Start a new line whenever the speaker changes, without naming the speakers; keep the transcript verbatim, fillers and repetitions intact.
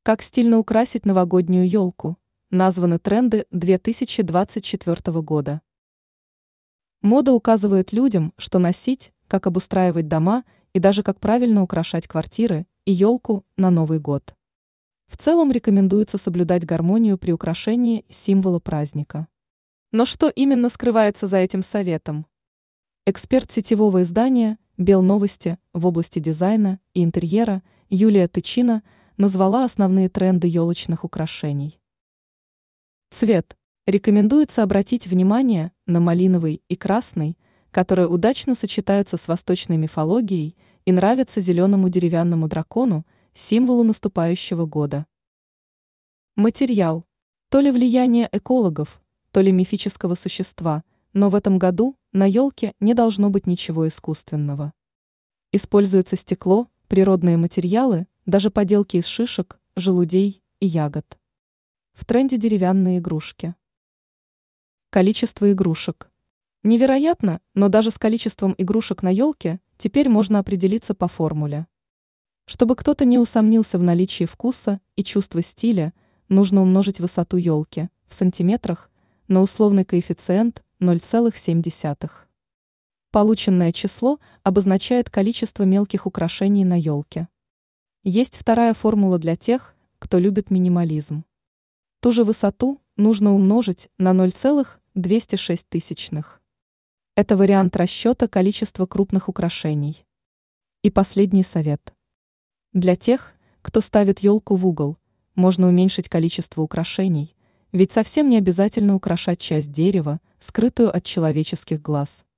Как стильно украсить новогоднюю елку? Названы тренды две тысячи двадцать четвёртого года. Мода указывает людям, что носить, как обустраивать дома и даже как правильно украшать квартиры и елку на Новый год. В целом рекомендуется соблюдать гармонию при украшении символа праздника. Но что именно скрывается за этим советом? Эксперт сетевого издания «Белновости» в области дизайна и интерьера Юлия Тычина назвала основные тренды елочных украшений. Цвет. Рекомендуется обратить внимание на малиновый и красный, которые удачно сочетаются с восточной мифологией и нравятся зеленому деревянному дракону, символу наступающего года. Материал. То ли влияние экологов, то ли мифического существа, но в этом году на елке не должно быть ничего искусственного. Используется стекло, природные материалы, даже поделки из шишек, желудей и ягод. В тренде деревянные игрушки. Количество игрушек. Невероятно, но даже с количеством игрушек на елке теперь можно определиться по формуле. Чтобы кто-то не усомнился в наличии вкуса и чувства стиля, нужно умножить высоту елки в сантиметрах на условный коэффициент ноль целых семь десятых. Полученное число обозначает количество мелких украшений на елке. Есть вторая формула для тех, кто любит минимализм. Ту же высоту нужно умножить на ноль целых двести шесть тысячных. Это вариант расчета количества крупных украшений. И последний совет. Для тех, кто ставит елку в угол, можно уменьшить количество украшений, ведь совсем не обязательно украшать часть дерева, скрытую от человеческих глаз.